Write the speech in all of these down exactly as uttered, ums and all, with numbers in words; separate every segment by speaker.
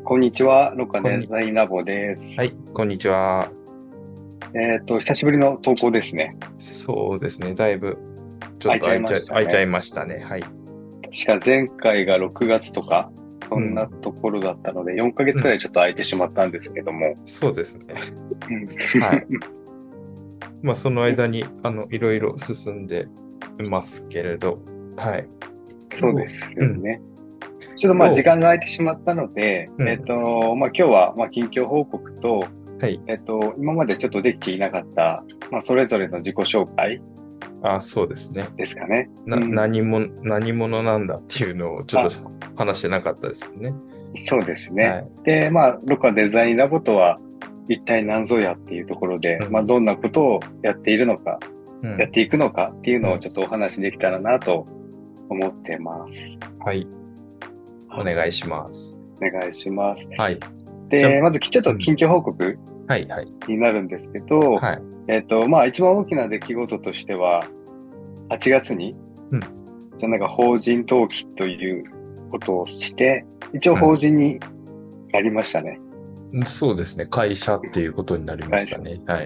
Speaker 1: こんにちは、ロカ
Speaker 2: こんに、
Speaker 1: デザインラボです。
Speaker 2: はい、こんにちは。
Speaker 1: えっと、久しぶりの投稿ですね。
Speaker 2: そうですね、だいぶちょっ
Speaker 1: 空いちゃい
Speaker 2: と空いちゃ、
Speaker 1: ましたね。
Speaker 2: 空いちゃいましたね。はい。
Speaker 1: 確か前回がろくがつとか、そんな
Speaker 2: うん、
Speaker 1: ところだったので、よんかげつくらい
Speaker 2: うん、
Speaker 1: ちょっと空いてしまったんですけども。
Speaker 2: そうですね。
Speaker 1: うん、
Speaker 2: はい。まあ、その間に、あの、いろいろ進んでいますけれど、はい。今日、
Speaker 1: そうです
Speaker 2: うん、
Speaker 1: よね。ちょっとまあ
Speaker 2: 今日、
Speaker 1: 時間が空いてしまったので、えっ
Speaker 2: うん、
Speaker 1: と、まあ今日はまあ近況報告と、
Speaker 2: はい。
Speaker 1: えっと、今までちょっとできていなかった、まあそれぞれの自己紹介
Speaker 2: あ、そうですね。
Speaker 1: ですかね。う
Speaker 2: な、
Speaker 1: ん。
Speaker 2: 何も、何者なんだっていうのをちょっと
Speaker 1: あ、
Speaker 2: 話してなかったですよね。
Speaker 1: そうですね。
Speaker 2: はい。
Speaker 1: で、まあ、ロカデザインラボとは一体何ぞやっていうところで、まあ、
Speaker 2: うん、
Speaker 1: どんなことをやっているのか、
Speaker 2: うん、
Speaker 1: やっていくのかっていう
Speaker 2: うん。
Speaker 1: のをちょっとお話できたらなと思ってます。
Speaker 2: はい。お
Speaker 1: はい。
Speaker 2: 願いします。
Speaker 1: お願いします。
Speaker 2: はい。じゃあ、
Speaker 1: で、まずちょっ
Speaker 2: うん。
Speaker 1: と近況報告
Speaker 2: はい、はい。
Speaker 1: になるんですけど、
Speaker 2: はい。
Speaker 1: えっと、まあ、一番大きな出来事としては、はちがつに、
Speaker 2: うん、
Speaker 1: じゃあなんか法人登記ということをして、一応
Speaker 2: うん。
Speaker 1: 法人になりましたね。
Speaker 2: そうですね。会社っていうことになりま
Speaker 1: 会社
Speaker 2: したね。はい。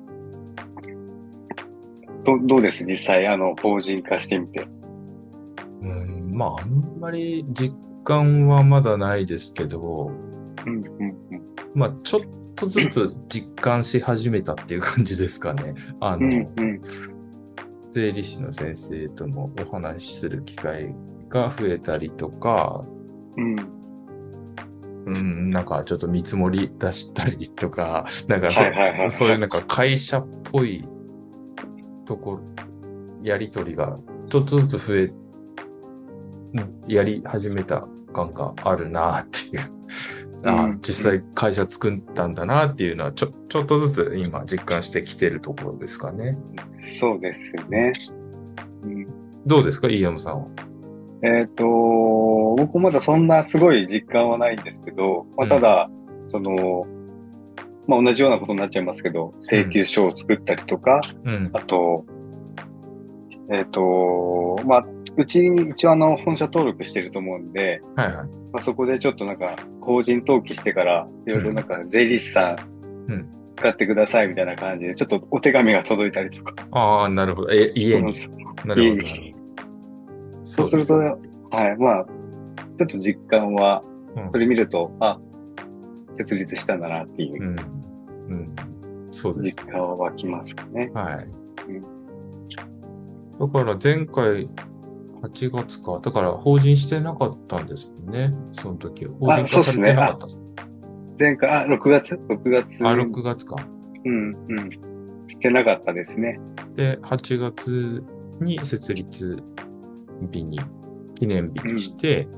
Speaker 1: ど、どうです実際、あの、法人化してみて。
Speaker 2: うん、まあ、あんまり実感はまだないですけど、
Speaker 1: うん、うん、うん。
Speaker 2: まあ、ちょっとずつ実感し始めたっていう感じですかね。あ
Speaker 1: うん、
Speaker 2: の、
Speaker 1: うん、
Speaker 2: 税理士の先生ともお話しする機会が増えたりとか、
Speaker 1: うん。
Speaker 2: うん、なんかちょっと見積もり出したりとか、なんかそ、
Speaker 1: はいはいはいはい。
Speaker 2: そういうなんか会社っぽいところ、やりとりがちょっとずつ増えうんやり始めた感があるなっていう。あ、
Speaker 1: うん、うん。
Speaker 2: 実際会社作ったんだなっていうのはちょ、ちょっとずつ今実感してきてるところですかね。
Speaker 1: そうですね。うん、
Speaker 2: どうですか、飯山さんは。
Speaker 1: えっと、僕まだそんなすごい実感はないんですけど、まあ、た
Speaker 2: うん、
Speaker 1: だ、その、まあ、同じようなことになっちゃいますけど、
Speaker 2: うん、
Speaker 1: 請求書を作ったりとか、
Speaker 2: うん、
Speaker 1: あと、えっと、まあ、うちに一応あの、本社登録してると思うんで、
Speaker 2: はいはい。
Speaker 1: まあ、そこでちょっとなんか、法人登記してから、いろいろなん
Speaker 2: うん、
Speaker 1: か、税理士さん
Speaker 2: うん。
Speaker 1: 使ってくださいみたいな感じで、ちょっとお手紙が届いたりとか。
Speaker 2: ああ、なるほど。え、家に。
Speaker 1: そうなんですよ。
Speaker 2: なるほど、なるほ
Speaker 1: 家に。
Speaker 2: ど。
Speaker 1: そうすると、
Speaker 2: そうですよね。
Speaker 1: はい、まあ、ちょっと実感は、
Speaker 2: うん、
Speaker 1: それ見ると、あ、設立したんだなっていう
Speaker 2: うん、うん。そうですね。
Speaker 1: 実感は湧きますかね。
Speaker 2: はい。
Speaker 1: うん、
Speaker 2: だから前回はちがつか。だから法人してなかったんですもんね。その時は。法
Speaker 1: あ、
Speaker 2: 人化されて
Speaker 1: そうですね。あ、
Speaker 2: なかったんです。
Speaker 1: 前回、あ、ろくがつ ?ろく 月、
Speaker 2: あ、ろくがつか。
Speaker 1: うん、うん。してなかったですね。
Speaker 2: で、はちがつに設立日に、記念日にし
Speaker 1: うん、
Speaker 2: て、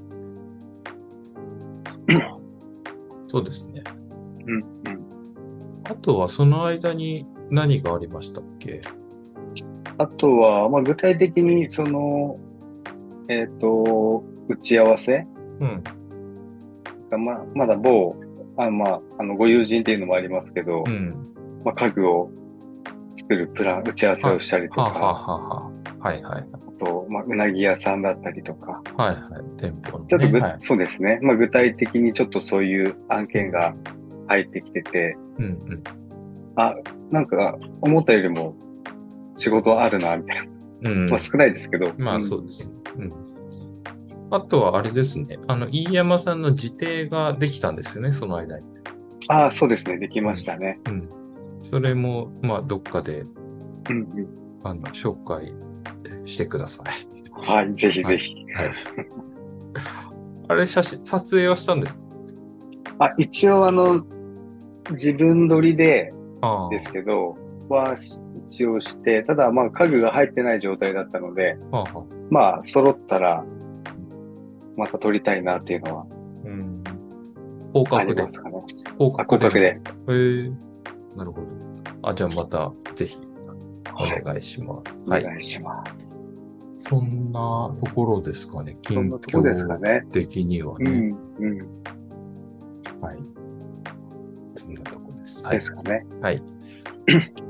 Speaker 2: そっか。そうですね。
Speaker 1: うん、うん。
Speaker 2: あとはその間に何がありましたっけ？
Speaker 1: あとは、まあ、具体的に、その、えっと、打ち合わせ
Speaker 2: うん、
Speaker 1: が、まあ、まだ某、あ、まあ、あの、ご友人っていうのもありますけど、
Speaker 2: うん。
Speaker 1: まあ、家具を作るプラン、打ち合わせ
Speaker 2: はい。
Speaker 1: をしたりと
Speaker 2: はあ、はあ
Speaker 1: か、
Speaker 2: はあはあ、はいはい。
Speaker 1: あと、まあ、うなぎ屋さんだったりとか、
Speaker 2: はいはい。店舗のね。
Speaker 1: ちょっとぐ、
Speaker 2: はい。
Speaker 1: そうですね。まあ、具体的にちょっとそういう案
Speaker 2: うん、
Speaker 1: 件が入ってきてて、
Speaker 2: うん、うん。
Speaker 1: あ、なんか、思ったよりも仕事あるな、みたいな。
Speaker 2: う
Speaker 1: まあ、
Speaker 2: ん。
Speaker 1: 少ないですけど、
Speaker 2: まあ
Speaker 1: うん。
Speaker 2: そうですね。うん。あとはあれですね。あの、飯山さんの自邸ができたんですよね、その間に。
Speaker 1: ああ、そうですね。でき
Speaker 2: うん。
Speaker 1: ましたね。
Speaker 2: うん。それも、まあ、どっかで、
Speaker 1: うん、うん。
Speaker 2: あの、紹介してください。
Speaker 1: はい、ぜひ
Speaker 2: はい。
Speaker 1: ぜひ。
Speaker 2: はい。あれ、写真、撮影はしたんですか？
Speaker 1: あ、一応あの、自分撮りでです
Speaker 2: ああ、
Speaker 1: けど、は一応して、ただまあ家具が入ってない状態だったので、
Speaker 2: ああ、
Speaker 1: まあ揃ったらまた撮りたいなっていうのは
Speaker 2: うん。広
Speaker 1: あり
Speaker 2: 角で。
Speaker 1: ますかね。
Speaker 2: 広
Speaker 1: あ、
Speaker 2: 角で見た。へ
Speaker 1: 広角で。
Speaker 2: え、なるほど。あ、じゃあまた、ぜひ、お
Speaker 1: はい。
Speaker 2: 願いします。はい。
Speaker 1: お願いします。
Speaker 2: そんなところですかね。
Speaker 1: そん
Speaker 2: 近
Speaker 1: なとこですか
Speaker 2: 況
Speaker 1: ね。
Speaker 2: 的にはね。
Speaker 1: うん、うん。
Speaker 2: はい。そんなとこです。はい。
Speaker 1: ですかね。
Speaker 2: はい。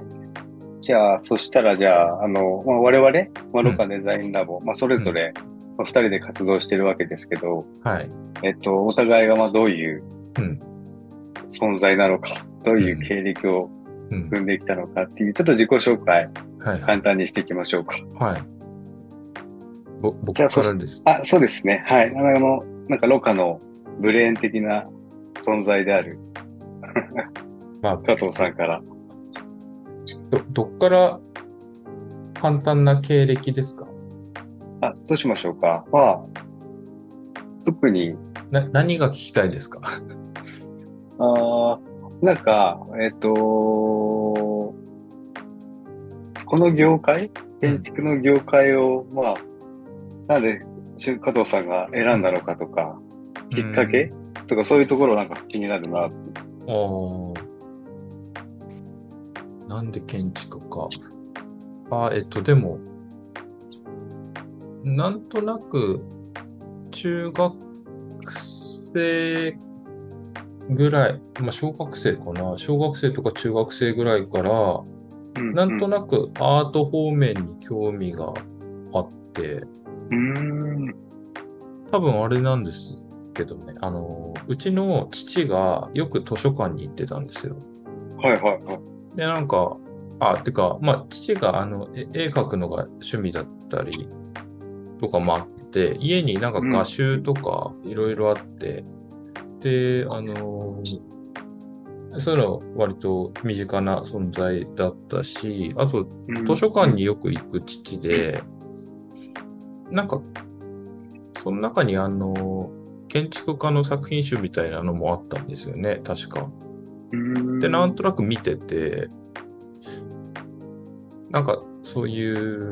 Speaker 1: じゃあ、そしたらじゃあ、あの、まあ、我々、まあ、
Speaker 2: うん。
Speaker 1: ロカデザインラボ、まあ、それ
Speaker 2: うん。
Speaker 1: ぞれ、 まあ、ふたりで活動してるわけですけど、
Speaker 2: はい。
Speaker 1: えっと、お互いがまあどういう
Speaker 2: うん。
Speaker 1: 存在なのか、どういう
Speaker 2: うん。
Speaker 1: 経歴を
Speaker 2: うん。
Speaker 1: 踏んできたのかっていう、ちょっと自己紹介、
Speaker 2: はいはい。
Speaker 1: 簡単にしていきましょうか。
Speaker 2: はい。ぼ、
Speaker 1: じゃあ、
Speaker 2: 僕
Speaker 1: そし、
Speaker 2: からです。
Speaker 1: あ、そうですね。はい。あの、なんか、ロカのブレーン的な存在である
Speaker 2: まあ、
Speaker 1: 加藤さんから。
Speaker 2: ど、どっから簡単な経歴ですか？
Speaker 1: あ、どうしましょうか。まあ、特に、
Speaker 2: な、何が聞きたいですか？
Speaker 1: あーなんか、えっと、この業界、
Speaker 2: うん。
Speaker 1: 建築の業界を、まあ、なんで、し加藤さんが選
Speaker 2: うん。
Speaker 1: んだのかとか、
Speaker 2: う
Speaker 1: きっかけ
Speaker 2: ん。
Speaker 1: とか、そういうところなんか気になるな。
Speaker 2: ああ、なんで建築か。あ、えっと、でも、なんとなく、中学生ぐらい、まあ、小学生かな。小学生とか中学生ぐらいから、
Speaker 1: うん、
Speaker 2: なんと
Speaker 1: うん。
Speaker 2: なくアート方面に興味があって、
Speaker 1: うーん。
Speaker 2: 多分あれなんですけどね、あの、うちの父がよく図書館に行ってたんですよ。
Speaker 1: はい、はい、はい。
Speaker 2: で、なんか、あ、てか、まあ、父があの、え絵描くのが趣味だったりとかもあって、家になんか
Speaker 1: うん、
Speaker 2: 画集とかいろいろあって、で、あの、そういうの割と身近な存在だったし、あと、
Speaker 1: うん、
Speaker 2: 図書
Speaker 1: うん。
Speaker 2: 館によく行く父で、なんか、その中にあの、建築家の作品集みたいなのもあったんですよね、確か。
Speaker 1: うー
Speaker 2: で、なん
Speaker 1: ん。
Speaker 2: となく見てて、なんかそういう、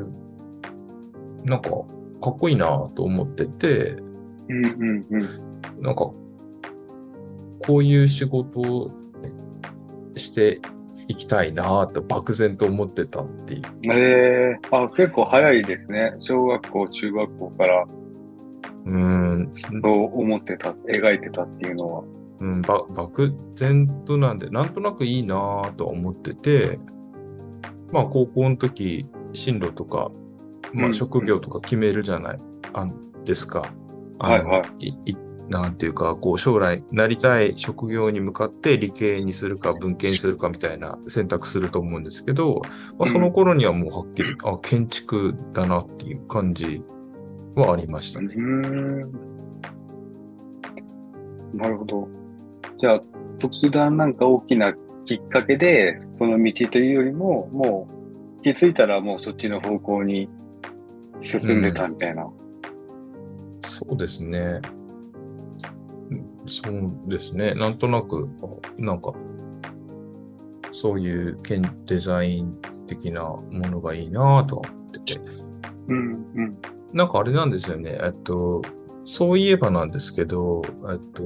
Speaker 2: なんかかっこいいなと思ってて、
Speaker 1: うん、うん、うん。
Speaker 2: なんかこういう仕事をしていきたいなと漠然と思ってたっていう。
Speaker 1: ええあ、結構早いですね。小学校、中学校から
Speaker 2: うーん、
Speaker 1: そう思ってた、描いてたっていうのは。
Speaker 2: うん、ば漠然となんで、なんとなくいいなとは思ってて、まあ高校の時、進路とか、まあ
Speaker 1: うん、うん。
Speaker 2: 職業とか決めるじゃない、あんですか。あ
Speaker 1: はい、
Speaker 2: の、
Speaker 1: はい。
Speaker 2: い、い、なんていうか、こう将来なりたい職業に向かって理系にするか文系にするかみたいな選択すると思うんですけど、まあ、その
Speaker 1: うん。
Speaker 2: 頃にはもうはっきり、あ、建築だなっていう感じはありまし
Speaker 1: う
Speaker 2: たね。
Speaker 1: ーん。なるほど。じゃあ、特段なんか大きなきっかけで、その道というよりも、もう気づいたらもうそっちの方向に進んでた
Speaker 2: うん。
Speaker 1: みたいな。
Speaker 2: そうですね。そうですね。なんとなく、あなんか、そういう建デザイン的なものがいいなとは思ってて。
Speaker 1: うん、うん。
Speaker 2: なんかあれなんですよね。えっと、そういえばなんですけど、えっと、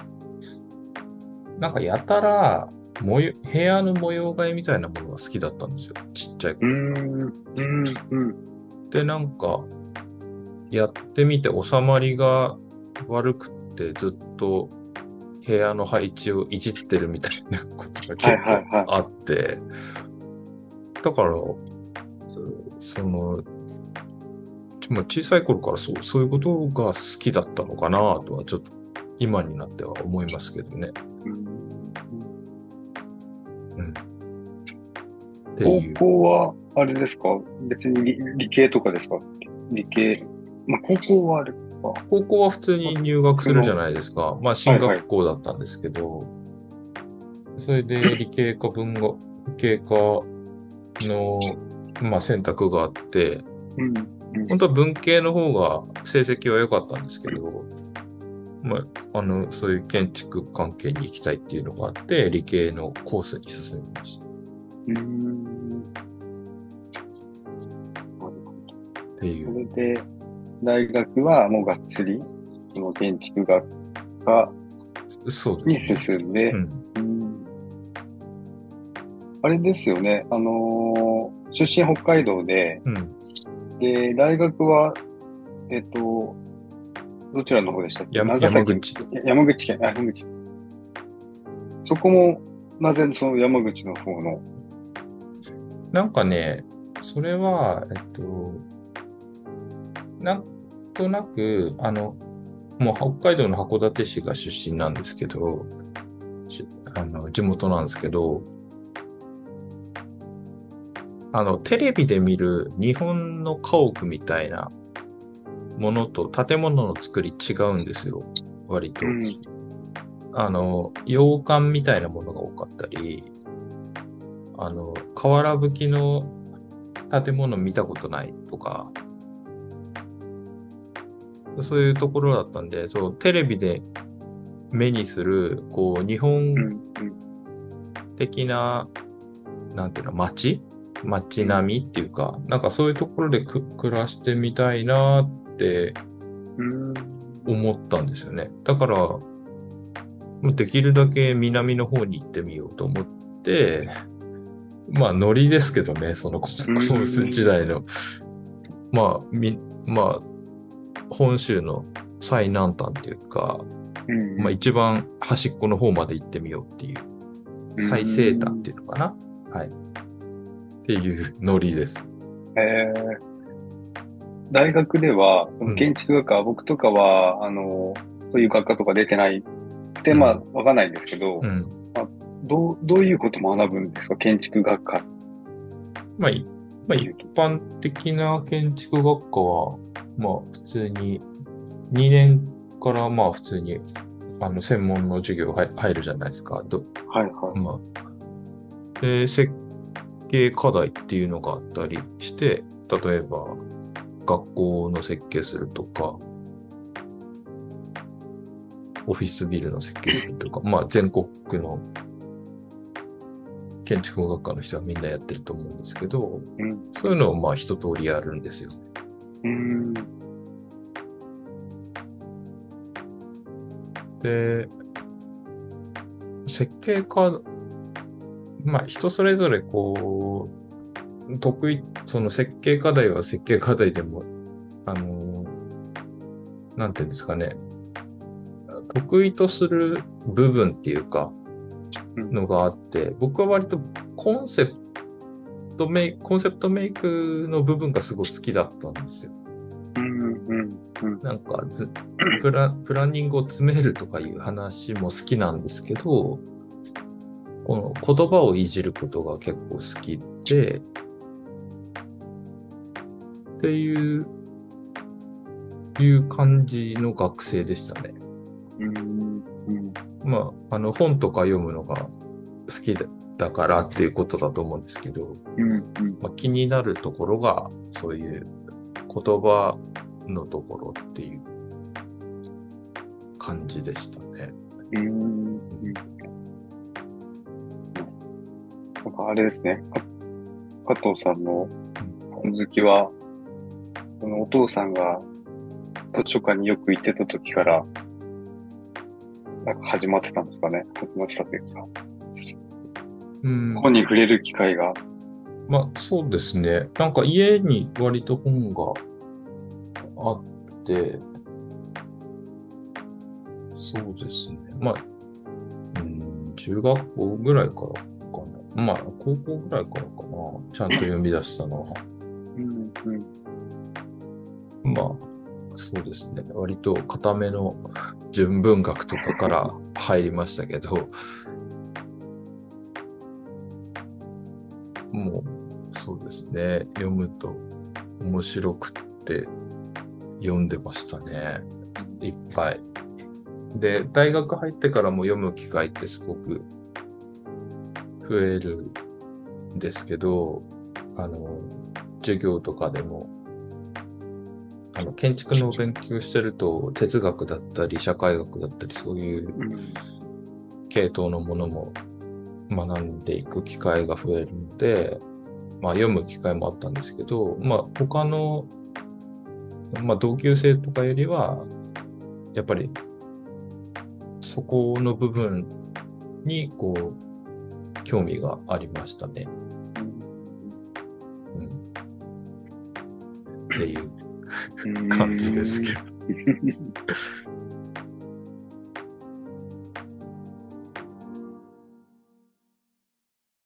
Speaker 2: なんかやたら、模様部屋の模様替えみたいなものが好きだったんですよ。ちっちゃい
Speaker 1: うー
Speaker 2: 頃。
Speaker 1: ん、うん、うん。
Speaker 2: で、なんか、やってみて収まりが悪くってずっと部屋の配置をいじってるみたいなことが
Speaker 1: はい、
Speaker 2: 結構
Speaker 1: はい、は
Speaker 2: あって、だから、その、まあ、小さい頃からそう、そういうことが好きだったのかなとはちょっと今になっては思いますけどね。
Speaker 1: い。うん。
Speaker 2: うん。って
Speaker 1: 高
Speaker 2: いう。
Speaker 1: 校は、あれですか？別に理、理系とかですか？理系。まあ、高校はあれか。
Speaker 2: 高校は普通
Speaker 1: まあ
Speaker 2: に入
Speaker 1: 普通の。
Speaker 2: 学するじゃないですか。まあ進
Speaker 1: はいはい。
Speaker 2: 学校だったんですけど、それで理系か文学系かの、まあ、選択があって、
Speaker 1: うん、うん、
Speaker 2: 本当は文系の方が成績は良かったんですけど、まあ、あの、そういう建築関係に行きたいっていうのがあって、理系のコースに進みました。っ
Speaker 1: うーん。
Speaker 2: ていう。
Speaker 1: それで、大学はもうがっつり、その建築学科に
Speaker 2: そうですね。
Speaker 1: 進んで、
Speaker 2: うん。
Speaker 1: うん、あれですよね。あのー出身北海道で、
Speaker 2: うん。
Speaker 1: で、大学は、えっと、どちらの方でしたっけ？
Speaker 2: や、
Speaker 1: 長崎、
Speaker 2: 山口。
Speaker 1: 山口県、あ、山口。そこも、なぜその山口の方の、
Speaker 2: なんかね、それは、えっと、なんとなく、あの、もう北海道の函館市が出身なんですけど、あの地元なんですけど、あの、テレビで見る日本の家屋みたいなものと建物の作り違うんですよ、割と。うん、あの、洋館みたいなものが多かったり、あの、瓦葺きの建物見たことないとか、そういうところだったんで、そう、テレビで目にする、こう、日本的な、なんていうの、街街並みっていうか、なんかそういうところでく暮らしてみたいなって思ったんですよね。だから、できるだけ南の方に行ってみようと思って、まあ、ノリですけどね、そのコース時代の、まあ、み、まあ、本州の最南端っていうか、まあ、一番端っこの方まで行ってみようっていう、最西端っていうのかな、はい。っていうノリです。
Speaker 1: えー、大学では、その建築学科、うん、僕とかは、あの、そういう学科とか出てないって、うん、まあ、わかんないんですけど、うんまあ、どう、どういうこと学ぶんですか、建築学科。
Speaker 2: まあ、まあ、一般的な建築学科は、まあ、普通に、にねんからまあ、普通に、あの、専門の授業入るじゃないですか。ど
Speaker 1: はいはい。
Speaker 2: まあ、で、設計課題っていうのがあったりして、例えば、学校の設計するとか、オフィスビルの設計するとか、まあ、全国の建築学科の人はみんなやってると思うんですけど、うん、そういうのをまあ一通りやるんですよ。うんで、設計家、まあ人それぞれこう、得意、その設計課題は設計課題でも、あの、なんていうんですかね、得意とする部分っていうか、のがあって、僕は割とコンセプトメイク、コンセプトメイクの部分がすごい好きだったんですよ。うんうんうん、なんかずプラ、プランニングを詰めるとかいう話も好きなんですけど、この言葉をいじることが結構好きで、っていう、いう感じの学生でしたね。うんうんまあ、あの本とか読むのが好きだからっていうことだと思うんですけど、うんうんまあ、気になるところがそういう言葉のところっていう感じでしたね。うん、うん、
Speaker 1: なんかあれですね、加藤さんの本好きは、そのお父さんが図書館によく行ってた時からなんか始まってたんですかね。始まってたというか。うん。本に触れる機会が。
Speaker 2: まあ、そうですね。なんか家に割と本があって、そうですね。まあ、うん、中学校ぐらいからかな。まあ、高校ぐらいからかな。ちゃんと読み出したのは。うんうん、まあ、そうですね。割と固めの純文学とかから入りましたけど、もうそうですね。読むと面白くって読んでましたね。いっぱい。で、大学入ってからも読む機会ってすごく増えるんですけど、あの、授業とかでもあの建築の勉強してると哲学だったり社会学だったりそういう系統のものも学んでいく機会が増えるので、まあ、読む機会もあったんですけど、まあ、他の、まあ、同級生とかよりはやっぱりそこの部分にこう興味がありましたね。うん、っていう感じですけど。